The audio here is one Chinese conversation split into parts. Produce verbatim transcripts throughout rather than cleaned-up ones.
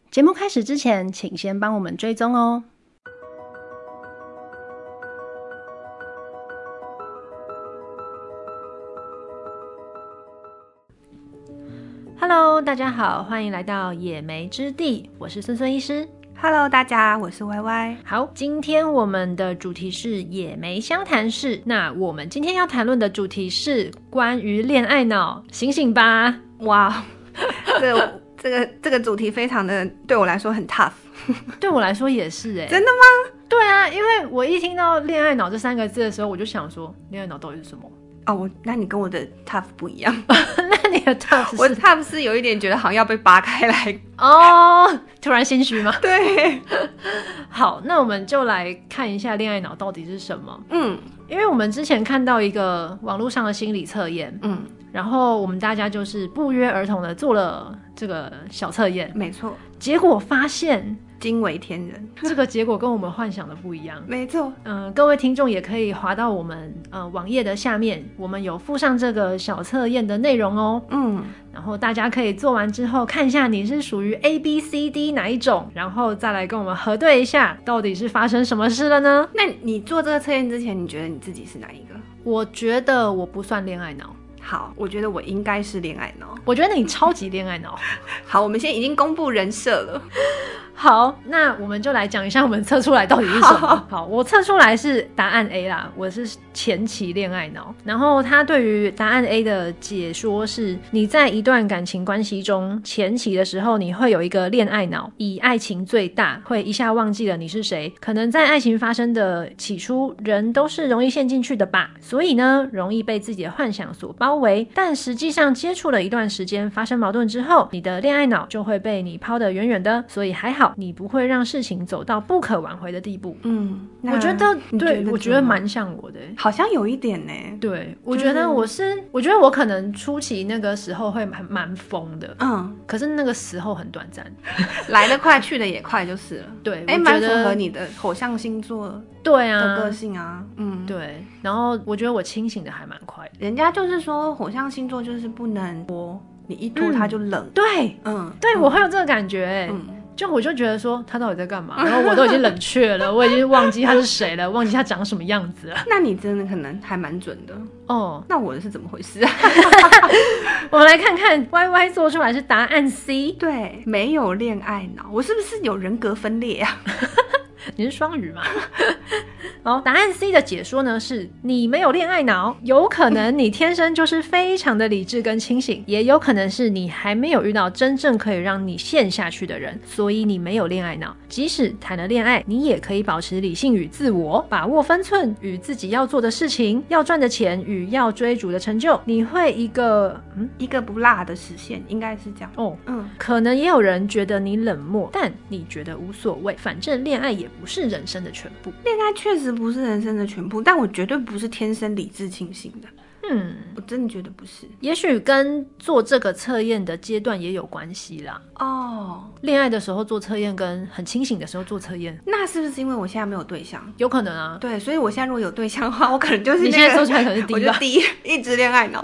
节目开始之前，请先帮我们追踪哦。Hello， 大家好，欢迎来到野莓之地，我是孙孙医师。 Hello， 大家，我是 Y Y。 好，今天我们的主题是野莓相谈室。那我们今天要谈论的主题是关于恋爱脑，醒醒吧！ 哇，这个这个这个主题非常的对我来说很 tough。 对我来说也是哎、欸。 真的吗？ 对啊，因为我一听到恋爱脑这三个字的时候，我就想说，恋爱脑到底是什么？ 哦，我那你跟我的 tough 不一样。 那你的 tough 是？ 我的 tough 是有一点觉得好像要被扒开来哦，突然心虚吗？ 对。 好，那我们就来看一下恋爱脑到底是什么。 嗯， 因为我们之前看到一个网络上的心理测验，嗯，然后我们大家就是不约而同的做了这个小测验， 没错， 结果发现惊为天人， 这个结果跟我们幻想的不一样。 没错， 嗯、呃，各位听众也可以滑到我们呃网页的下面，我们有附上这个小测验的内容哦。嗯，然后大家可以做完之后看一下你是属于 A B C D 哪一种，然后再来跟我们核对一下到底是发生什么事了呢？ 那你做这个测验之前，你觉得你自己是哪一个？ 我觉得我不算恋爱脑。 好，我觉得我应该是恋爱脑。 我觉得你超级恋爱脑。 好，我们现在已经公布人设了。 好，那我们就来讲一下我们测出来到底是什么。好, 好，我测出来是答案 A 啦，我是前期恋爱脑。然后他对于答案 A 的解说是，你在一段感情关系中前期的时候，你会有一个恋爱脑，以爱情最大，会一下忘记了你是谁。可能在爱情发生的起初，人都是容易陷进去的吧，所以呢，容易被自己的幻想所包围。但实际上接触了一段时间，发生矛盾之后，你的恋爱脑就会被你抛得远远的，所以还好你不会让事情走到不可挽回的地步。嗯，我觉得对，我觉得蛮像我的， 好像有一点呢。 对，我觉得我是，就是、我觉得我可能初期那个时候会蛮蛮疯的，嗯，可是那个时候很短暂， 来得快去得也快就是了。 对， 哎，蛮符合你的火象星座对啊的个性啊，嗯， 对。然后我觉得我清醒的还蛮快的， 人家就是说火象星座就是不能拖，你一拖它就冷。 嗯、对，嗯，对我会有这个感觉、欸，嗯。就我就觉得说他到底在干嘛，然后我都已经冷却了，我已经忘记他是谁了，忘记他长什么样子了。 那你真的可能还蛮准的哦。那我的是怎么回事啊？ 我们来看看 Y Y 做出来是答案 C。 对，没有恋爱脑，我是不是有人格分裂啊？ 你是双鱼吗？好，答案 C 的解说呢是你没有恋爱脑，有可能你天生就是非常的理智跟清醒，也有可能是你还没有遇到真正可以让你陷下去的人，所以你没有恋爱脑。即使谈了恋爱，你也可以保持理性与自我，把握分寸与自己要做的事情，要赚的钱与要追逐的成就，你会一个嗯一个不落的实现，应该是这样哦。 嗯，可能也有人觉得你冷漠，但你觉得无所谓，反正恋爱也不是人生的全部。 恋爱确实不是人生的全部，但我绝对不是天生理智清醒的。嗯，我真的觉得不是。 也许跟做这个测验的阶段也有关系啦。哦，恋爱的时候做测验跟很清醒的时候做测验， 那是不是因为我现在没有对象？ 有可能啊。 对，所以我现在如果有对象的话，我可能就是、那个、 你现在做出来可能是第一吧， 我就第一，一直恋爱脑。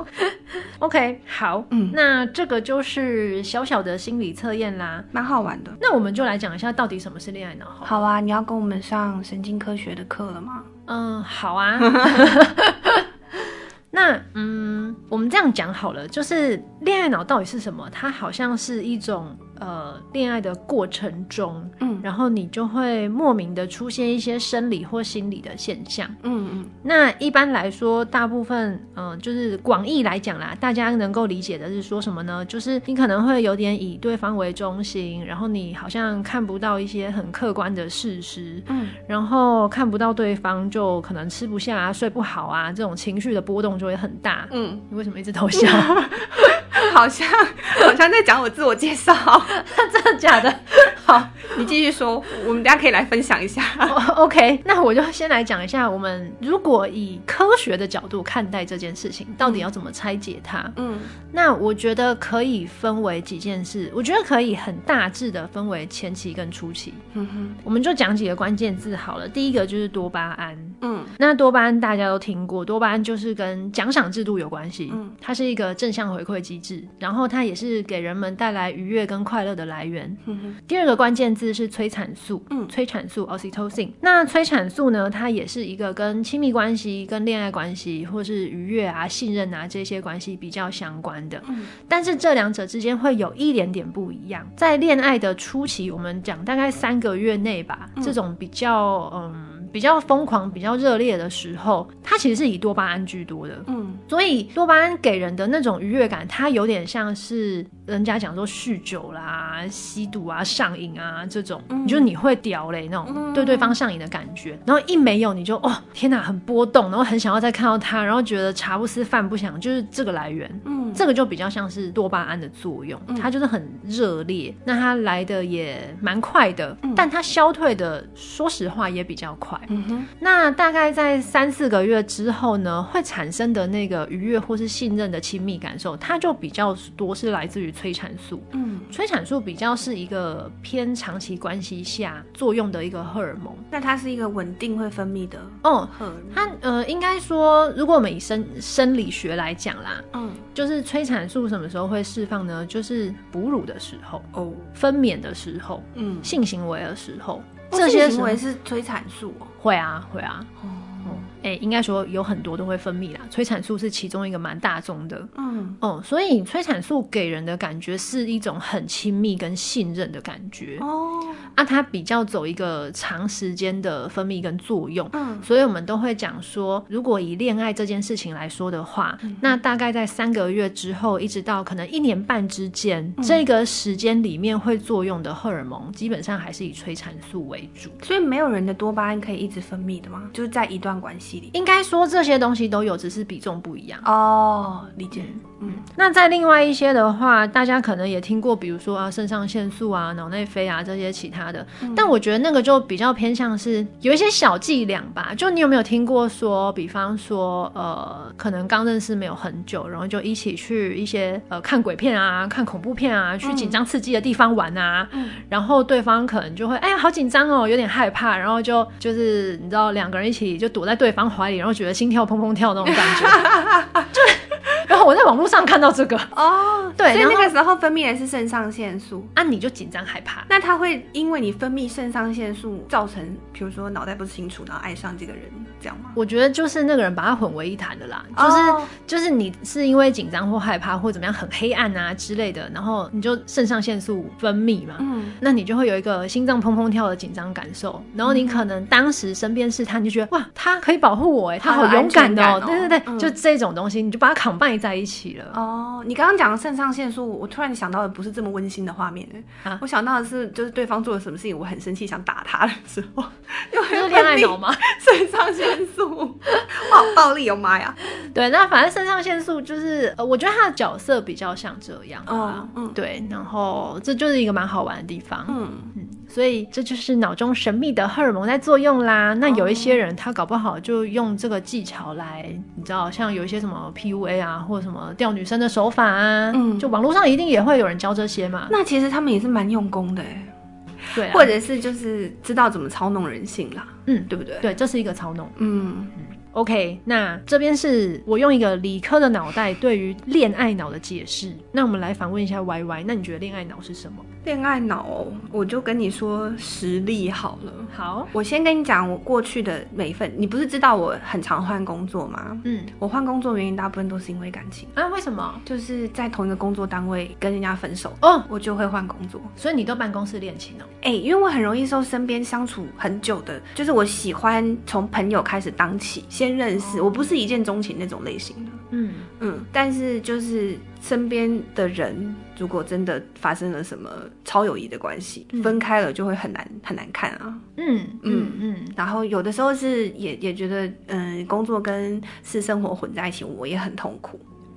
OK， 好，嗯，那这个就是小小的心理测验啦， 蛮好玩的。 那我们就来讲一下到底什么是恋爱脑好了。 好啊，你要跟我们上神经科学的课了吗？ 嗯，好啊。那嗯，我们这样讲好了，就是恋爱脑到底是什么？它好像是一种呃恋爱的过程中，嗯，然后你就会莫名的出现一些生理或心理的现象，嗯嗯。那一般来说，大部分嗯、呃，就是广义来讲啦，大家能够理解的是说什么呢？就是你可能会有点以对方为中心，然后你好像看不到一些很客观的事实，嗯，然后看不到对方就可能吃不下啊、睡不好啊，这种情绪的波动就会很大。嗯，你为什么一直偷笑？ 好像好像在讲我自我介绍。 真的假的？好， 你继续说，我们等一下可以来分享一下。 oh, OK， 那我就先来讲一下，我们如果以科学的角度看待这件事情，到底要怎么拆解它？嗯，那我觉得可以分为几件事，我觉得可以很大致的分为前期跟初期。嗯哼，我们就讲几个关键字好了。第一个就是多巴胺。嗯，那多巴胺大家都听过，多巴胺就是跟奖赏制度有关系。嗯，它是一个正向回馈机制，然后它也是给人们带来愉悦跟快乐的来源。嗯哼，第二个关键字是催产素。嗯，催产素 oxytocin。那催产素呢，它也是一个跟亲密关系、跟恋爱关系，或是愉悦啊、信任啊这些关系比较相关的。嗯，但是这两者之间会有一点点不一样。在恋爱的初期，我们讲大概三个月内吧，嗯、这种比较嗯。比较疯狂比较热烈的时候，它其实是以多巴胺居多的。嗯，所以多巴胺给人的那种愉悦感，它有点像是人家讲说酗酒啦、吸毒啊、上瘾啊这种，嗯、就是你会屌嘞那种、嗯、对对方上瘾的感觉，然后一没有你就哦天哪很波动，然后很想要再看到他，然后觉得茶不思饭不想，就是这个来源。嗯，这个就比较像是多巴胺的作用，它就是很热烈，那它来的也蛮快的、嗯、但它消退的说实话也比较快。嗯哼，那大概在三四个月之后呢，会产生的那个愉悦或是信任的亲密感受，它就比较多是来自于催产素。嗯，催产素比较是一个偏长期关系下作用的一个荷尔蒙。 那它是一个稳定会分泌的荷尔蒙。 它呃，应该说，如果我们以生生理学来讲啦，嗯，就是催产素什么时候会释放呢？就是哺乳的时候，哦，分娩的时候，嗯，性行为的时候。 这些行为是催产素哦？ 会啊，会啊。哦，哎、欸，应该说有很多都会分泌啦，催产素是其中一个蛮大宗的。嗯，哦，所以催产素给人的感觉是一种很亲密跟信任的感觉。哦，啊，它比较走一个长时间的分泌跟作用。嗯，所以我们都会讲说，如果以恋爱这件事情来说的话，嗯、那大概在三个月之后，一直到可能一年半之间，嗯、这个时间里面会作用的荷尔蒙，基本上还是以催产素为主。 所以没有人的多巴胺可以一直分泌的吗？就是在一段关系里， 应该说这些东西都有，只是比重不一样。 哦，理解。 嗯，那在另外一些的话，大家可能也听过，比如说啊，肾上腺素啊、脑内啡啊这些其他的、嗯。但我觉得那个就比较偏向是有一些小伎俩吧。就你有没有听过说，比方说呃，可能刚认识没有很久，然后就一起去一些呃看鬼片啊、看恐怖片啊，去紧张刺激的地方玩啊，嗯、然后对方可能就会哎呀好紧张哦，有点害怕，然后就就是你知道两个人一起就躲在对方怀里，然后觉得心跳砰砰跳那种感觉，就。然后我在网络上看到这个哦，对，所以那个时候分泌的是肾上腺素啊，你就紧张害怕。 那它会因为你分泌肾上腺素造成，比如说脑袋不清楚，然后爱上这个人，这样吗？ 我觉得就是那个人把它混为一谈的啦，就是、哦、就是你是因为紧张或害怕或怎么样很黑暗啊之类的，然后你就肾上腺素分泌嘛，嗯，那你就会有一个心脏砰砰跳的紧张感受，然后你可能当时身边是他，你就觉得哇，他可以保护我哎，他好勇敢哦，对对对、嗯，就这种东西，你就把它combine在一起了。 哦，你刚刚讲的肾上腺素，我突然想到的不是这么温馨的画面、啊、我想到的是，就是对方做了什么事情，我很生气想打他的时候， 就是恋爱脑吗？ 肾上腺素，好暴力哦妈呀！ 对，那反正肾上腺素就是，呃，我觉得他的角色比较像这样啊、哦，嗯，对，然后这就是一个蛮好玩的地方，嗯嗯。所以这就是脑中神秘的荷尔蒙在作用啦。那有一些人他搞不好就用这个技巧来，你知道像有一些什么 P U A 啊，或者什么钓女生的手法啊，嗯，就网络上一定也会有人教这些嘛。 那其实他们也是蛮用功的耶， 对、啊， 或者是就是知道怎么操弄人性啦，嗯，对不对？ 对，这是一个操弄，嗯嗯。OK， 那这边是我用一个理科的脑袋对于恋爱脑的解释。那我们来反问一下 Y Y， 那你觉得恋爱脑是什么？ 恋爱脑、哦，我就跟你说实力好了。 好， 我先跟你讲我过去的每一份，你不是知道我很常换工作吗？嗯，我换工作原因大部分都是因为感情啊。为什么？ 就是在同一个工作单位跟人家分手哦，我就会换工作。 所以你都办公室恋情哦？ 哎、欸，因为我很容易受身边相处很久的，就是我喜欢从朋友开始当起，先认识，我不是一见钟情那种类型的。嗯嗯，但是就是身边的人，如果真的发生了什么超友谊的关系、嗯，分开了就会很难很难看啊。嗯嗯嗯。然后有的时候是也也觉得，嗯、呃，工作跟私生活混在一起，我也很痛苦。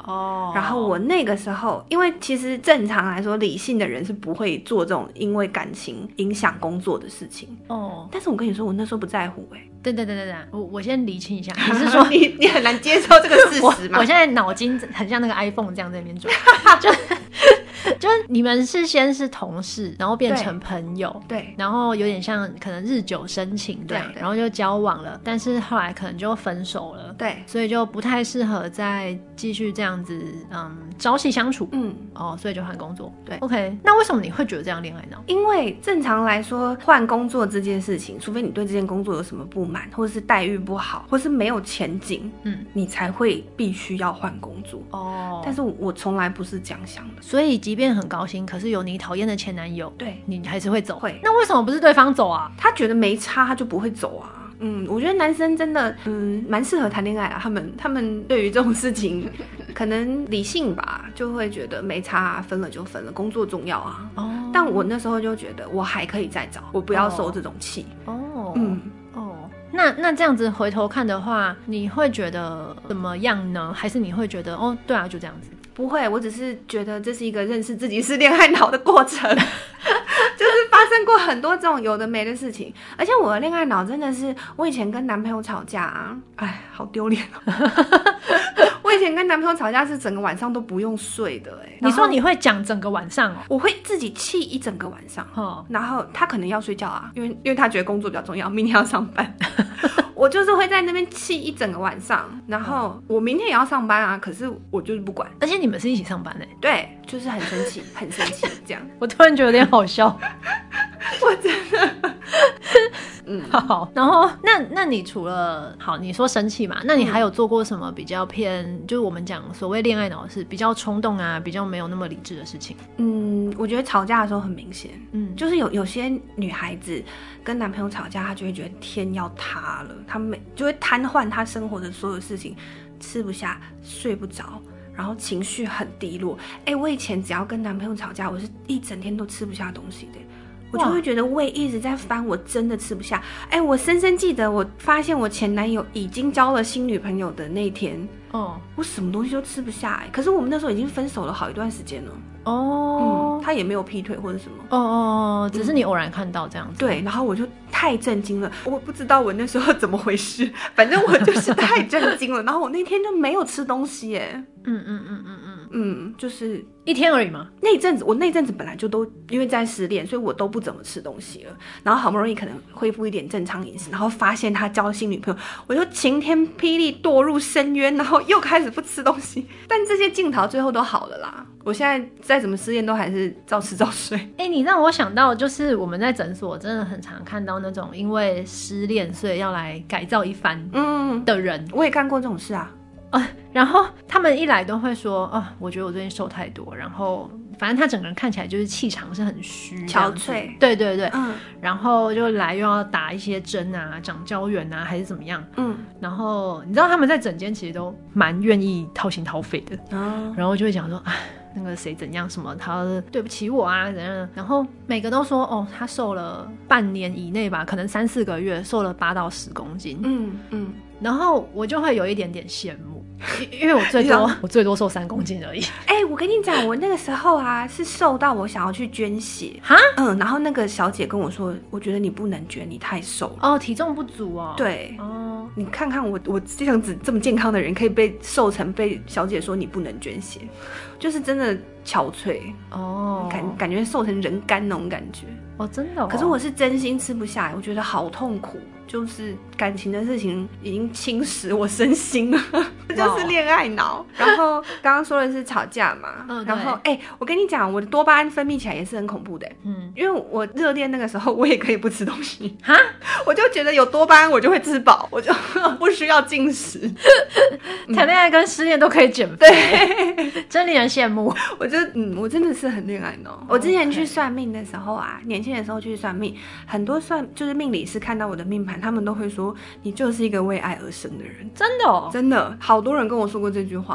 哦，然后我那个时候，因为其实正常来说，理性的人是不会做这种因为感情影响工作的事情哦。但是我跟你说，我那时候不在乎哎、欸。 对对对对对，我我先厘清一下，你是说你你很难接受这个事实吗？ 我, 我现在脑筋很像那个 iPhone 这样在那边转，就就你们是先是同事，然后变成朋友， 对， 然后有点像可能日久生情这样，然后就交往了，但是后来可能就分手了， 对， 所以就不太适合再继续这样子，嗯，朝夕相处，嗯，哦，所以就换工作， 对 ，OK， 那为什么你会觉得这样恋爱脑？ 因为正常来说，换工作这件事情，除非你对这件工作有什么不满，或者是待遇不好，或是没有前景，嗯，你才会必须要换工作哦。但是我从来不是这样想的， 所以即便很高薪，可是有你讨厌的前男友， 对， 你还是会走。 会， 那为什么不是对方走啊？ 他觉得没差，他就不会走啊。嗯，我觉得男生真的，嗯，蛮适合谈恋爱啊。他们他们对于这种事情，可能理性吧，就会觉得没差啊，分了就分了，工作重要啊。哦。但我那时候就觉得，我还可以再找，我不要受这种气。哦。嗯。 哦。那那这样子回头看的话，你会觉得怎么样呢？还是你会觉得，哦，对啊，就这样子？ 不会，我只是觉得这是一个认识自己是恋爱脑的过程。就是发生过很多这种有的没的事情，而且我的恋爱脑真的是，我以前跟男朋友吵架啊，哎，好丢脸哦。我以前跟男朋友吵架是整个晚上都不用睡的、欸， 你说你会讲整个晚上哦？ 我会自己气一整个晚上，哦、然后他可能要睡觉啊，因为因为他觉得工作比较重要，明天要上班。我就是会在那边气一整个晚上，然后我明天也要上班啊，可是我就是不管。 而且你们是一起上班哎、欸， 对，就是很生气，很生气这样。 我突然觉得有点好笑。 我真的， 嗯，好。然后，那那你除了好，你说生气嘛？那你还有做过什么比较偏，嗯、就是我们讲所谓恋爱脑是比较冲动啊，比较没有那么理智的事情？ 嗯，我觉得吵架的时候很明显，嗯，就是有有些女孩子跟男朋友吵架，她就会觉得天要塌了，她每就会瘫痪她生活的所有事情，吃不下，睡不着。然后情绪很低落，哎、欸，我以前只要跟男朋友吵架，我是一整天都吃不下东西的，我就会觉得胃一直在翻，我真的吃不下。哎、欸，我深深记得，我发现我前男友已经交了新女朋友的那天，哦，我什么东西都吃不下、欸，可是我们那时候已经分手了好一段时间了。哦、嗯，他也没有劈腿或者什么。 哦哦，只是你偶然看到这样子。 嗯、对，然后我就太震惊了，我不知道我那时候怎么回事，反正我就是太震惊了。然后我那天就没有吃东西耶。嗯嗯嗯嗯嗯嗯，就是一天而已吗？ 那一阵子，我那一阵子本来就都因为在失恋，所以我都不怎么吃东西了。然后好不容易可能恢复一点正常饮食，然后发现他交新女朋友，我就晴天霹雳堕入深渊，然后又开始不吃东西。但这些镜头最后都好了啦。我现在再怎么失恋都还是照吃照睡。 哎、欸，你让我想到，就是我们在诊所真的很常看到那种因为失恋所以要来改造一番嗯的人。 我也干过这种事啊。 呃，然后他们一来都会说，哦，我觉得我最近瘦太多，然后反正他整个人看起来就是气场是很虚、 憔悴， 对对对，嗯，然后就来又要打一些针啊，长胶原啊，还是怎么样，嗯，然后你知道他们在诊间其实都蛮愿意掏心掏肺的，哦，然后就会讲说，哎。那个谁怎样什么，他对不起我啊怎样，然后每个都说哦，他瘦了半年以内吧，可能三四个月瘦了八到十公斤，嗯嗯，然后我就会有一点点羡慕，因为我最多我最多瘦三公斤而已。 哎、欸，我跟你讲，我那个时候啊是瘦到我想要去捐血哈，嗯，然后那个小姐跟我说，我觉得你不能捐，你太瘦了哦，体重不足哦， 对哦，你看看我我这样子这么健康的人，可以被瘦成被小姐说你不能捐血。就是真的憔悴哦，感感觉瘦成人干那种感觉哦，真的、哦。 可是我是真心吃不下来，我觉得好痛苦，就是感情的事情已经侵蚀我身心了，就是恋爱脑。然后刚刚说的是吵架嘛，嗯、然后哎、欸，我跟你讲，我的多巴胺分泌起来也是很恐怖的，嗯，因为我热恋那个时候，我也可以不吃东西哈，我就觉得有多巴胺我就会吃饱，我就不需要进食。 谈恋爱跟失恋都可以减肥，对，真令人羡慕。 我就嗯，我真的是很恋爱脑。Oh, 我之前去算命的时候啊，年轻的时候去算命，很多算就是命理师看到我的命盘，他们都会说你就是一个为爱而生的人。 真的哦， 真的，好多人跟我说过这句话。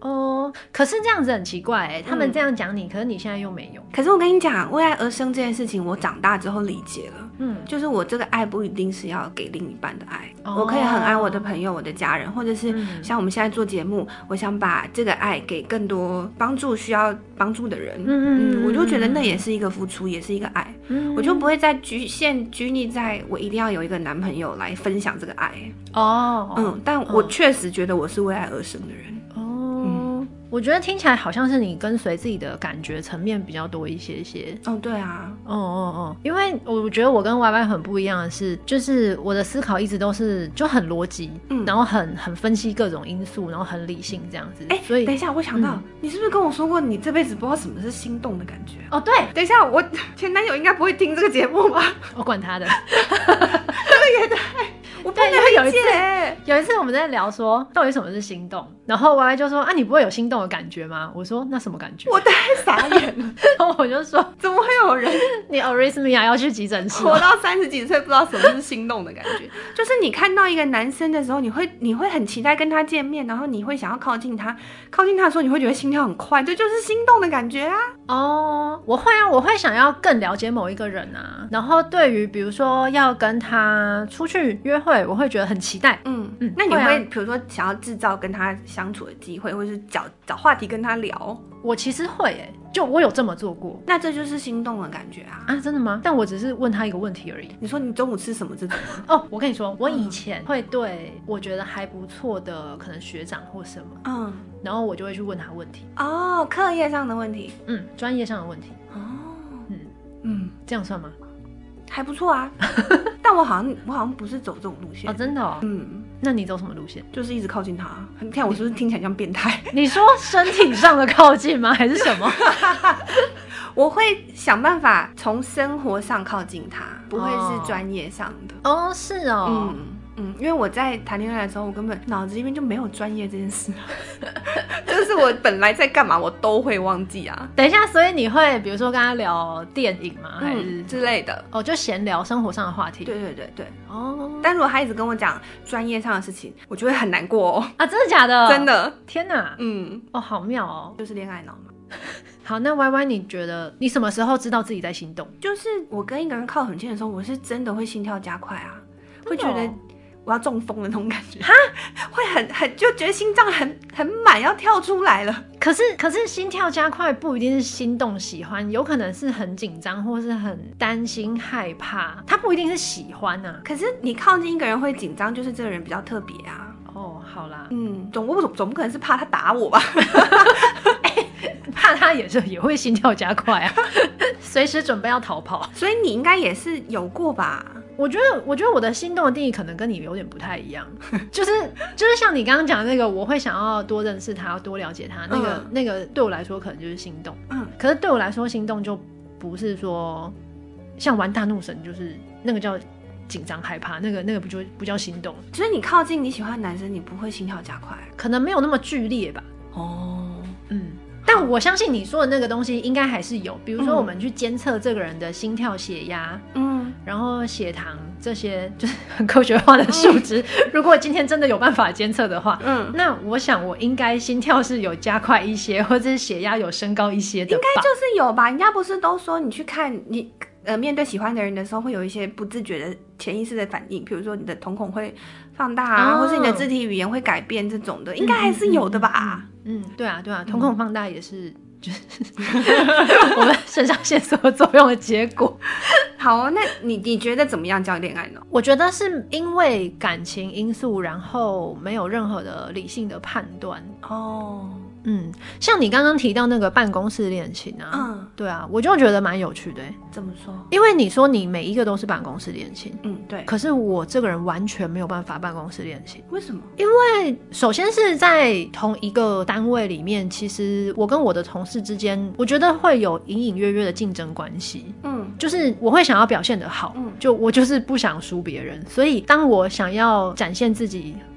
哦，可是这样子很奇怪哎、欸，他们这样讲你，可是你现在又没有。 可是我跟你讲，为爱而生这件事情，我长大之后理解了。嗯，就是我这个爱不一定是要给另一半的爱，哦、我可以很爱我的朋友、我的家人，或者是像我们现在做节目，我想把这个爱给更多帮助需要帮助的人。嗯嗯嗯，我就觉得那也是一个付出，也是一个爱。嗯，我就不会再局限拘泥在我一定要有一个男朋友来分享这个爱。哦，嗯，但我确实觉得我是为爱而生的人。 我觉得听起来好像是你跟随自己的感觉层面比较多一些些。 哦，对啊， 哦哦哦，因为我觉得我跟 Y Y 很不一样的是，就是我的思考一直都是就很逻辑，嗯，然后很很分析各种因素，然后很理性这样子。哎、 欸，所以等一下，我想到、嗯、你是不是跟我说过，你这辈子不知道什么是心动的感觉？ 哦，对， 等一下，我前男友应该不会听这个节目吧？ 我管他的， 这个也太……我不能理解。 有一次，有一次我们在聊说到底什么是心动，然后 Y Y 就说啊，你不会有心动的感觉吗？我说那什么感觉？ 我太傻眼了。 然后我就说怎么会有人你 arrhythmia 要去急诊室？ 活到三十几岁不知道什么是心动的感觉，就是你看到一个男生的时候，你会你会很期待跟他见面，然后你会想要靠近他，靠近他的时候你会觉得心跳很快，这就是心动的感觉啊。 哦，我会啊，我会想要更了解某一个人啊，然后对于比如说要跟他出去约会，我会觉得很期待。嗯嗯，那你会、啊、比如说想要制造跟他相处的机会，或是找找话题跟他聊？ 我其实会耶、欸，就我有这么做过。 那这就是心动的感觉啊！ 啊，真的吗？但我只是问他一个问题而已。 你说你中午吃什么这种吗？ 哦，我跟你说，我以前会对我觉得还不错的可能学长或什么，嗯，然后我就会去问他问题。 哦，课业上的问题， 嗯，专业上的问题。哦，嗯嗯，这样算吗？ 还不错啊，但我好像我好像不是走这种路线哦，真的哦，嗯，那你走什么路线？ 就是一直靠近他。你看我是不是听起来像变态？ 你说身体上的靠近吗？还是什么？ 我会想办法从生活上靠近他，不会是专业上的。 哦，是哦， 嗯。嗯，因为我在谈恋爱的时候，我根本脑子里面就没有专业这件事，就是我本来在干嘛，我都会忘记啊。 等一下，所以你会比如说跟他聊电影吗？还是、 嗯、之类的？ 哦，就闲聊生活上的话题。 对对对对。哦。但如果他一直跟我讲专业上的事情，我就会很难过哦。 啊，真的假的？ 真的。 天哪。嗯。哦，好妙哦， 就是恋爱脑嘛。 好，那 Y Y 你觉得你什么时候知道自己在心动？ 就是我跟一个人靠很近的时候，我是真的会心跳加快啊，会觉得我要中风的那种感觉，哈，会很很就觉得心脏很很满，要跳出来了。 可是可是心跳加快不一定是心动喜欢，有可能是很紧张或是很担心害怕，他不一定是喜欢啊。 可是你靠近一个人会紧张，就是这个人比较特别啊。 哦，好啦， 嗯，总不总不可能是怕他打我吧？ 怕他也是也会心跳加快啊，随时准备要逃跑。 所以你应该也是有过吧？ 我觉得，我觉得我的心动的定义可能跟你有点不太一样，就是就是像你刚刚讲的那个，我会想要多认识他，多了解他，那个、嗯、那个对我来说可能就是心动。嗯，可是对我来说，心动就不是说像玩大怒神，就是那个叫紧张害怕，那个那个不就不叫心动。 所以你靠近你喜欢的男生，你不会心跳加快？ 可能没有那么剧烈吧。哦，嗯。但我相信你说的那个东西应该还是有，比如说我们去监测这个人的心跳、血压，嗯，然后血糖这些就是很科学化的数值、嗯。如果今天真的有办法监测的话，嗯，那我想我应该心跳是有加快一些，或者是血压有升高一些的吧？ 应该就是有吧？人家不是都说你去看你呃面对喜欢的人的时候，会有一些不自觉的潜意识的反应，比如说你的瞳孔会放大啊，哦、或是你的肢体语言会改变这种的，应该还是有的吧？ 嗯，嗯嗯对啊，对啊，瞳孔放大也是。就是我们肾上腺素作用的结果。 好、哦，那你你觉得怎么样叫恋爱呢？ 我觉得是因为感情因素，然后没有任何的理性的判断。哦，嗯，像你刚刚提到那个办公室恋情啊，嗯，对啊，我就觉得蛮有趣的。 怎么说？ 因为你说你每一个都是办公室恋情， 嗯，对。 可是我这个人完全没有办法办公室恋情。 为什么？ 因为首先是在同一个单位里面，其实我跟我的同事之间，我觉得会有隐隐约约的竞争关系。嗯，就是我会想要表现得好，嗯，就我就是不想输别人，所以当我想要展现自己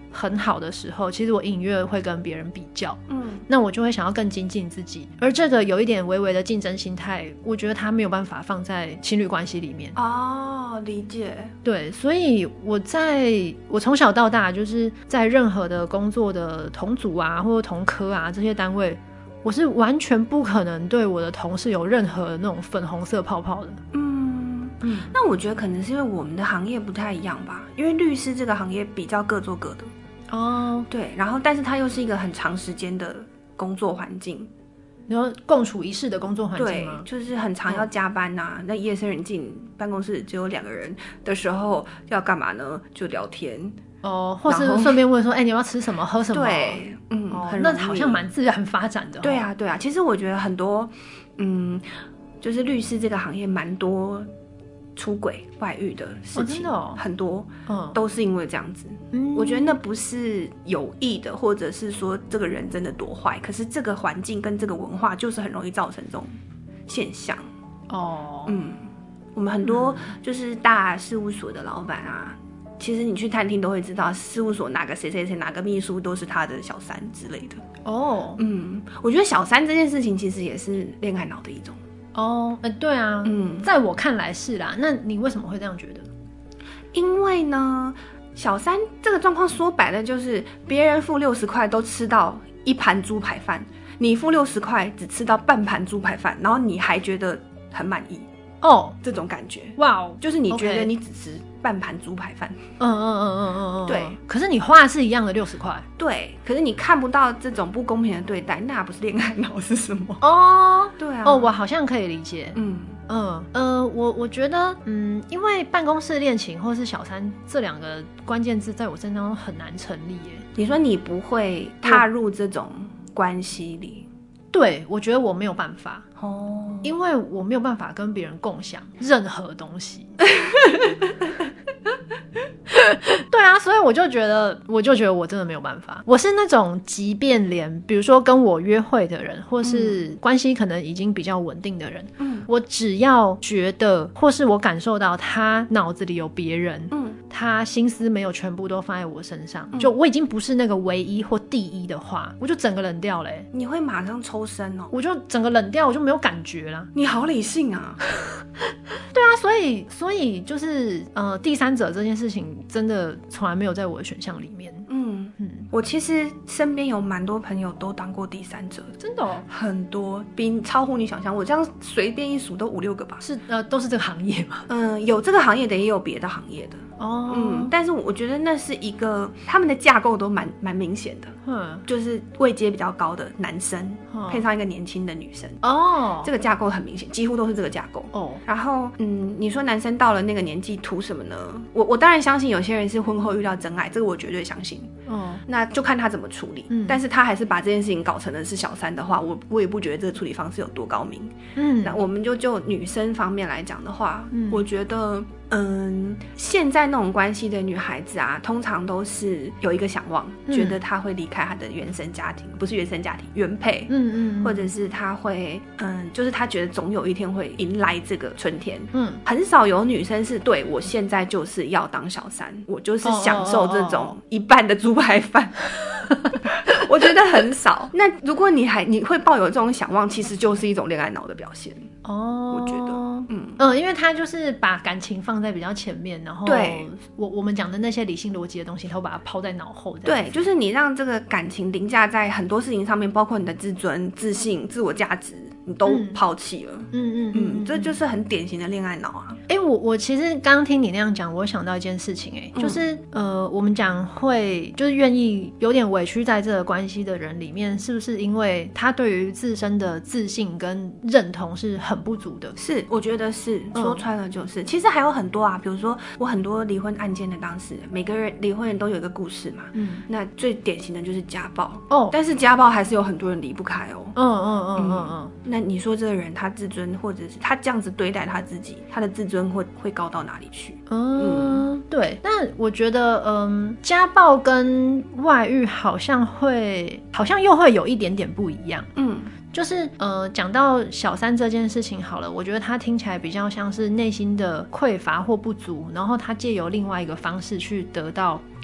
很好的时候，其实我隐约会跟别人比较，嗯，那我就会想要更精进自己，而这个有一点微微的竞争心态，我觉得他没有办法放在情侣关系里面。 哦，理解。 对，所以我在我从小到大就是在任何的工作的同组啊或者同科啊这些单位，我是完全不可能对我的同事有任何那种粉红色泡泡的。 嗯嗯，那我觉得可能是因为我们的行业不太一样吧，因为律师这个行业比较各做各的。哦，对，然后但是它又是一个很长时间的工作环境， 你说共处一室的工作环境吗？ 对，就是很常要加班啊、嗯、那夜深人静办公室只有两个人的时候要干嘛呢？就聊天哦，或是顺便问说哎、欸，你要不要吃什么喝什么？ 对，嗯、哦， 那好像蛮自然发展的、哦、 对啊对啊，其实我觉得很多嗯，就是律师这个行业蛮多出轨外遇的事情、哦真的哦、很多、嗯、都是因为这样子、嗯、我觉得那不是有意的，或者是说这个人真的多坏，可是这个环境跟这个文化就是很容易造成这种现象哦。嗯，我们很多就是大事务所的老板啊、嗯、其实你去探听都会知道事务所哪个谁谁谁哪个秘书都是他的小三之类的哦。嗯，我觉得小三这件事情其实也是恋爱脑的一种哦、呃，对啊，嗯，在我看来是啦。那你为什么会这样觉得？ 因为呢，小三这个状况说白了就是别人付六十块都吃到一盘猪排饭，你付六十块只吃到半盘猪排饭，然后你还觉得很满意哦，这种感觉，哇哦，就是你觉得你只吃半盘猪排饭，嗯嗯嗯嗯嗯嗯，对。 可是你花的是一样的六十块， 对。可是你看不到这种不公平的对待，那不是恋爱脑是什么？哦，对啊， 哦，我好像可以理解，嗯嗯呃，我我觉得，嗯，因为办公室恋情或是小三这两个关键字在我身上很难成立耶。 你说你不会踏入这种关系里？ 对，我觉得我没有办法哦，因为我没有办法跟别人共享任何东西。对啊，所以我就觉得，我就觉得我真的没有办法。我是那种，即便连比如说跟我约会的人，或是关系可能已经比较稳定的人，嗯，我只要觉得，或是我感受到他脑子里有别人，嗯，他心思没有全部都放在我身上，嗯、就我已经不是那个唯一或第一的话，我就整个冷掉嘞、欸。 你会马上抽身哦？ 我就整个冷掉，我就没有感觉了。 你好理性啊！ 对啊，所以所以就是呃，第三者这件事情真的从来没有在我的选项里面。 嗯嗯，我其实身边有蛮多朋友都当过第三者的， 真的、哦、 很多，比超乎你想象。我这样随便一数都五六个吧。 是呃，都是这个行业吗？ 嗯，有这个行业的，也有别的行业的。哦，嗯，但是我觉得那是一个他们的架构都蛮蛮明显的，嗯，就是位阶比较高的男生、嗯、配上一个年轻的女生，哦，这个架构很明显，几乎都是这个架构。哦，然后嗯，你说男生到了那个年纪图什么呢？我我当然相信有些人是婚后遇到真爱，这个我绝对相信。哦，那就看他怎么处理。嗯，但是他还是把这件事情搞成的是小三的话，我我也不觉得这个处理方式有多高明。嗯，那我们就就女生方面来讲的话，嗯，我觉得。嗯，现在那种关系的女孩子啊，通常都是有一个想望，嗯、觉得她会离开她的原生家庭，不是原生家庭，原配，嗯 嗯, 嗯，或者是她会，嗯，就是她觉得总有一天会迎来这个春天，嗯，很少有女生是对我现在就是要当小三，我就是享受这种一半的猪排饭。我觉得很少。那如果你还你会抱有这种想望，其实就是一种恋爱脑的表现哦。我觉得， 嗯嗯，因为他就是把感情放在比较前面，然后对我我们讲的那些理性逻辑的东西，他会把它抛在脑后。 对，就是你让这个感情凌驾在很多事情上面，包括你的自尊、自信、自我价值，你都抛弃了。嗯嗯 嗯, 嗯，这就是很典型的恋爱脑啊。 哎、欸，我我其实刚刚听你那样讲，我想到一件事情、欸，哎，就是、嗯、呃，我们讲会就是愿意有点委屈在这个关系的人里面，是不是因为他对于自身的自信跟认同是很不足的？ 是，我觉得是，说穿了就是。嗯、其实还有很多啊，比如说我很多离婚案件的当事人，每个人离婚人都有一个故事嘛。嗯，那最典型的就是家暴哦，但是家暴还是有很多人离不开哦。嗯嗯嗯嗯嗯。那你说这个人他自尊，或者是他这样子对待他自己，他的自尊会会高到哪里去？ 嗯，嗯对。但我觉得，嗯，家暴跟外遇好像会，好像又会有一点点不一样。嗯。就是呃，讲到小三这件事情好了，我觉得他听起来比较像是内心的匮乏或不足，然后他借由另外一个方式去得到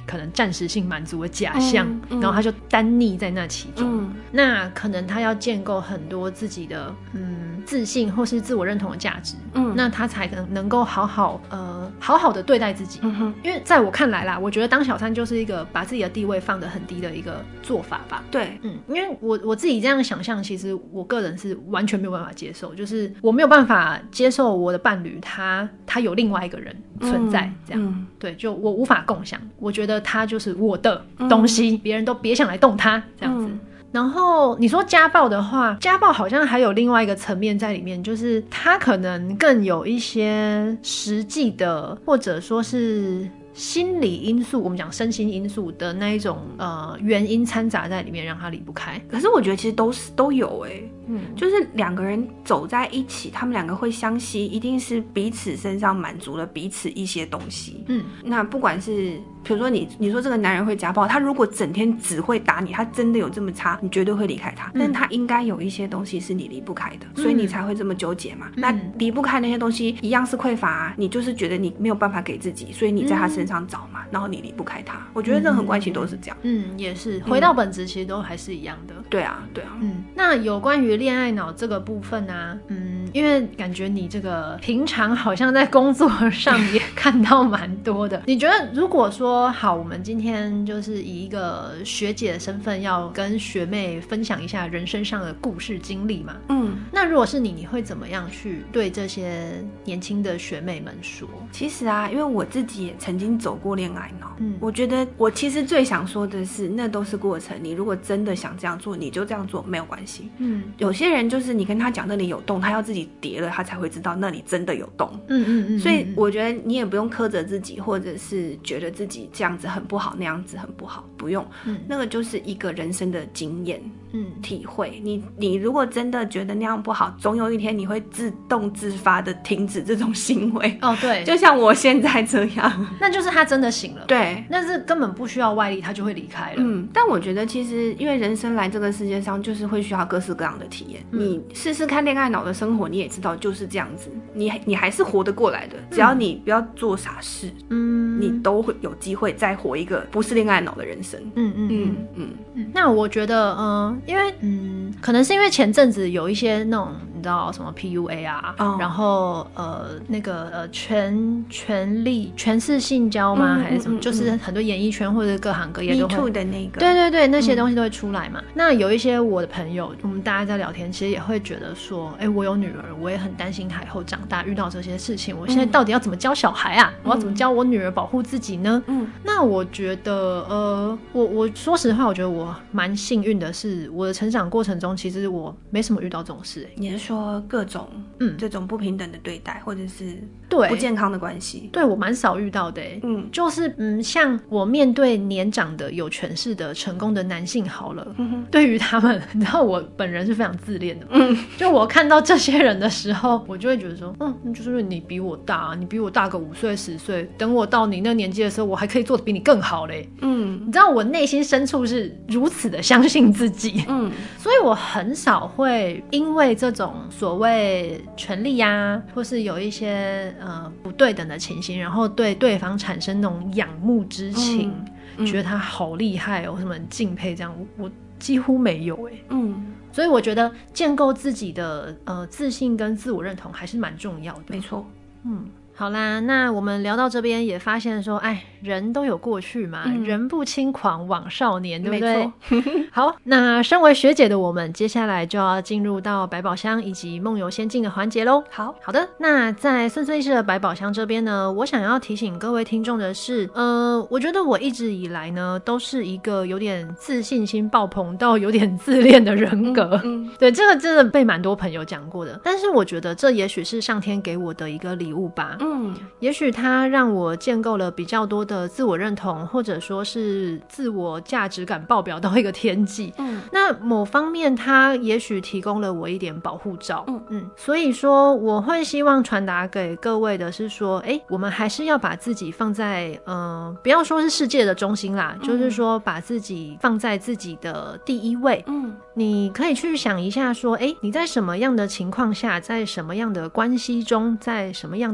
可能暂时性满足的假象、嗯嗯、然后他就单溺在那其中、嗯、那可能他要建构很多自己的嗯自信或是自我认同的价值，嗯，那他才能能够好好呃好好的对待自己、嗯、哼，因为在我看来啦，我觉得当小三就是一个把自己的地位放得很低的一个做法吧。 对， 嗯，因为我我自己这样想象，其实我个人是完全没有办法接受，就是我没有办法接受我的伴侣他他有另外一个人存在，这样、嗯、对，就我无法共享，我觉得他就是我的东西，别、嗯、人都别想来动他这样子、嗯。然后你说家暴的话，家暴好像还有另外一个层面在里面，就是他可能更有一些实际的，或者说是心理因素，我们讲身心因素的那一种呃原因掺杂在里面，让他离不开。 可是我觉得其实都是都有哎、欸，嗯，就是两个人走在一起，他们两个会相吸，一定是彼此身上满足了彼此一些东西。嗯，那不管是比如说你你说这个男人会家暴，他如果整天只会打你，他真的有这么差，你绝对会离开他。嗯、但他应该有一些东西是你离不开的，所以你才会这么纠结嘛。嗯、那离不开那些东西一样是匮乏啊，你就是觉得你没有办法给自己，所以你在他身上找嘛，嗯、然后你离不开他。我觉得任何关系都是这样。 嗯，也是回到本质，其实都还是一样的。 对啊，对啊。 嗯，那有关于恋爱脑这个部分啊，嗯，因为感觉你这个平常好像在工作上也看到蛮多的。你觉得如果说好，我们今天就是以一个学姐的身份要跟学妹分享一下人生上的故事经历嘛？嗯，那如果是你，你会怎么样去对这些年轻的学妹们说？ 其实啊，因为我自己也曾经走过恋爱脑，嗯，我觉得我其实最想说的是，那都是过程。你如果真的想这样做，你就这样做，没有关系。嗯，有些人就是你跟他讲那里有洞，他要自己叠了，他才会知道那里真的有洞。嗯嗯 嗯, 嗯，所以我觉得你也不用苛责自己，或者是觉得自己这样子很不好，那样子很不好，不用。嗯，那个就是一个人生的经验，嗯，体会。你你如果真的觉得那样不好，总有一天你会自动自发的停止这种行为。 哦，对， 就像我现在这样， 那就是他真的醒了。 对， 那是根本不需要外力，他就会离开了。 嗯，但我觉得其实因为人生来这个世界上，就是会需要各式各样的体验。嗯、你试试看恋爱脑的生活，你也知道就是这样子，你你还是活得过来的，只要你不要做傻事，嗯，你都会有机会再活一个不是恋爱脑的人生。嗯嗯嗯嗯嗯。那我觉得，嗯、呃，因为嗯，可能是因为前阵子有一些那种你知道什么 P U A 啊，哦、然后呃那个呃权权力权势性交吗？嗯、还是什么？嗯嗯嗯、就是很多演艺圈或者各行各业都会 Me Too 的那个， 对对对，那些东西都会出来嘛。嗯、那有一些我的朋友，我们大家在聊天，其实也会觉得说，哎，我有女儿，我也很担心她以后长大遇到这些事情，我现在到底要怎么教小孩啊？嗯、我要怎么教我女儿保护自己呢？嗯，那我觉得，呃，我我说实话，我觉得我蛮幸运的是，我的成长过程中，其实我没什么遇到这种事、欸。 你是说各种嗯这种不平等的对待，或者是对不健康的关系？ 对，我蛮少遇到的、欸。嗯，就是嗯，像我面对年长的、有权势的、成功的男性好了，嗯、对于他们，你知道我本人是非常自恋的，嗯，就我看到这些人的时候，我就会觉得说，嗯，就是因为你比我大，你比我大个五岁十岁，等我到你那年纪的时候，我还可以做得比你更好嘞。嗯，你知道我内心深处是如此的相信自己，嗯，所以我很少会因为这种所谓权力啊，或是有一些呃不对等的情形，然后对对方产生那种仰慕之情，嗯、觉得他好厉害哦，什么很敬佩这样，我我几乎没有哎、欸，嗯。所以我觉得建构自己的呃自信跟自我认同还是蛮重要的。 没错， 嗯。好啦，那我们聊到这边也发现说，哎，人都有过去嘛，嗯、人不轻狂枉少年，对不对？没错。好，那身为学姐的我们，接下来就要进入到百宝箱以及梦游仙境的环节咯。 好好的，那在碎碎事的百宝箱这边呢，我想要提醒各位听众的是，呃，我觉得我一直以来呢，都是一个有点自信心爆棚到有点自恋的人格。嗯嗯、对，这个真的被蛮多朋友讲过的，但是我觉得这也许是上天给我的一个礼物吧。嗯，也许它让我建构了比较多的自我认同，或者说是自我价值感爆表到一个天际。嗯，那某方面它也许提供了我一点保护罩。嗯嗯，所以说我会希望传达给各位的是说，哎，我们还是要把自己放在呃，不要说是世界的中心啦，嗯、就是说把自己放在自己的第一位。嗯，你可以去想一下说，哎，你在什么样的情况下，在什么样的关系中，在什么样的应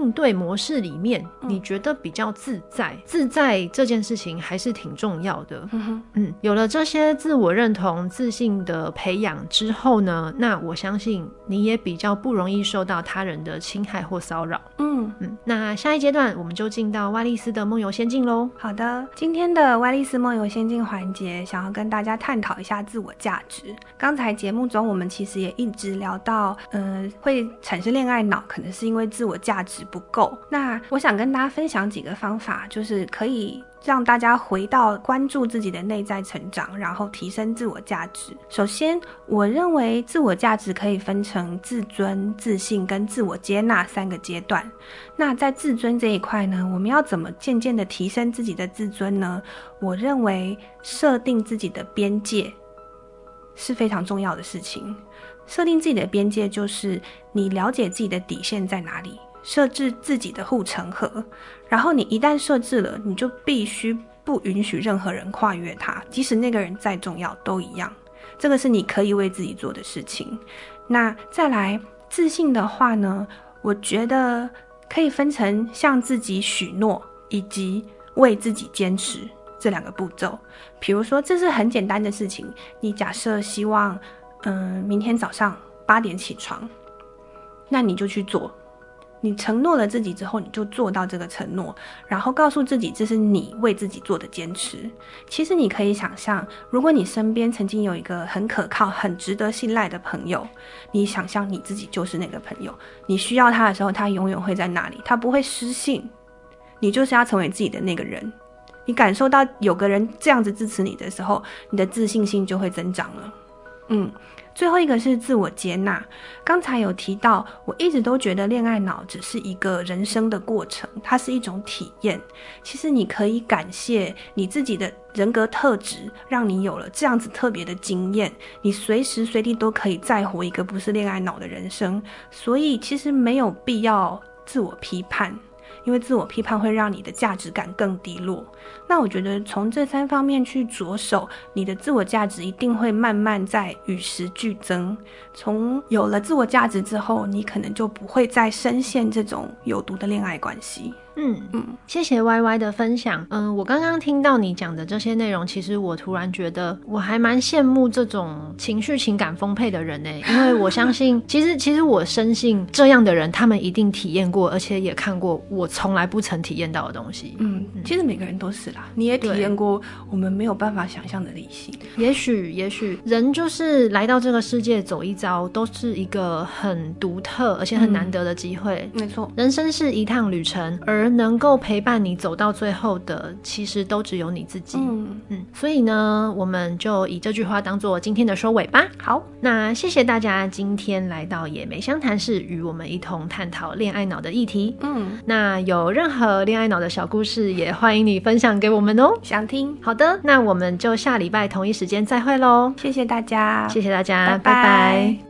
应对模式里面，嗯、你觉得比较自在？自在这件事情还是挺重要的。嗯嗯，有了这些自我认同、自信的培养之后呢，那我相信你也比较不容易受到他人的侵害或骚扰。嗯嗯，那下一阶段我们就进到歪丽丝的梦游仙境咯。 好的，今天的歪丽丝梦游仙境环节，想要跟大家探讨一下自我价值。刚才节目中我们其实也一直聊到，呃，会产生恋爱脑，可能是因为自我价值不够。那我想跟大家分享几个方法，就是可以让大家回到关注自己的内在成长，然后提升自我价值。首先，我认为自我价值可以分成自尊、自信跟自我接纳三个阶段。那在自尊这一块呢，我们要怎么渐渐的提升自己的自尊呢？我认为设定自己的边界是非常重要的事情。设定自己的边界就是你了解自己的底线在哪里，设置自己的护城河，然后你一旦设置了，你就必须不允许任何人跨越它，即使那个人再重要都一样。这个是你可以为自己做的事情。那再来自信的话呢，我觉得可以分成向自己许诺以及为自己坚持这两个步骤。比如说这是很简单的事情，你假设希望嗯，明天早上八点起床，那你就去做。你承诺了自己之后，你就做到这个承诺，然后告诉自己这是你为自己做的坚持。其实你可以想象，如果你身边曾经有一个很可靠、很值得信赖的朋友，你想象你自己就是那个朋友，你需要他的时候，他永远会在那里，他不会失信。你就是要成为自己的那个人。你感受到有个人这样子支持你的时候，你的自信心就会增长了。嗯，最后一个是自我接纳。刚才有提到，我一直都觉得恋爱脑只是一个人生的过程，它是一种体验。其实你可以感谢你自己的人格特质，让你有了这样子特别的经验，你随时随地都可以再活一个不是恋爱脑的人生。所以其实没有必要自我批判，因为自我批判会让你的价值感更低落。那我觉得从这三方面去着手，你的自我价值一定会慢慢在与时俱增。从有了自我价值之后，你可能就不会再深陷这种有毒的恋爱关系。 嗯嗯，谢谢 Y Y 的分享。嗯，我刚刚听到你讲的这些内容，其实我突然觉得我还蛮羡慕这种情绪情感丰沛的人欸，因为我相信其实其实我深信这样的人他们一定体验过，而且也看过我从来不曾体验到的东西。嗯， 嗯其实每个人都是啦，你也体验过我们没有办法想象的理性。 也许也许人就是来到这个世界走一遭，都是一个很独特而且很难得的机会。 嗯，没错， 人生是一趟旅程，而能够陪伴你走到最后的其实都只有你自己。嗯嗯，所以呢我们就以这句话当做今天的收尾吧。 好， 那谢谢大家今天来到野莓相谈室，与我们一同探讨恋爱脑的议题。嗯，那有任何恋爱脑的小故事也欢迎你分享给我们哦， 想听。 好的，那我们就下礼拜同一时间再会咯。 谢谢大家， 谢谢大家， 拜拜。 拜拜。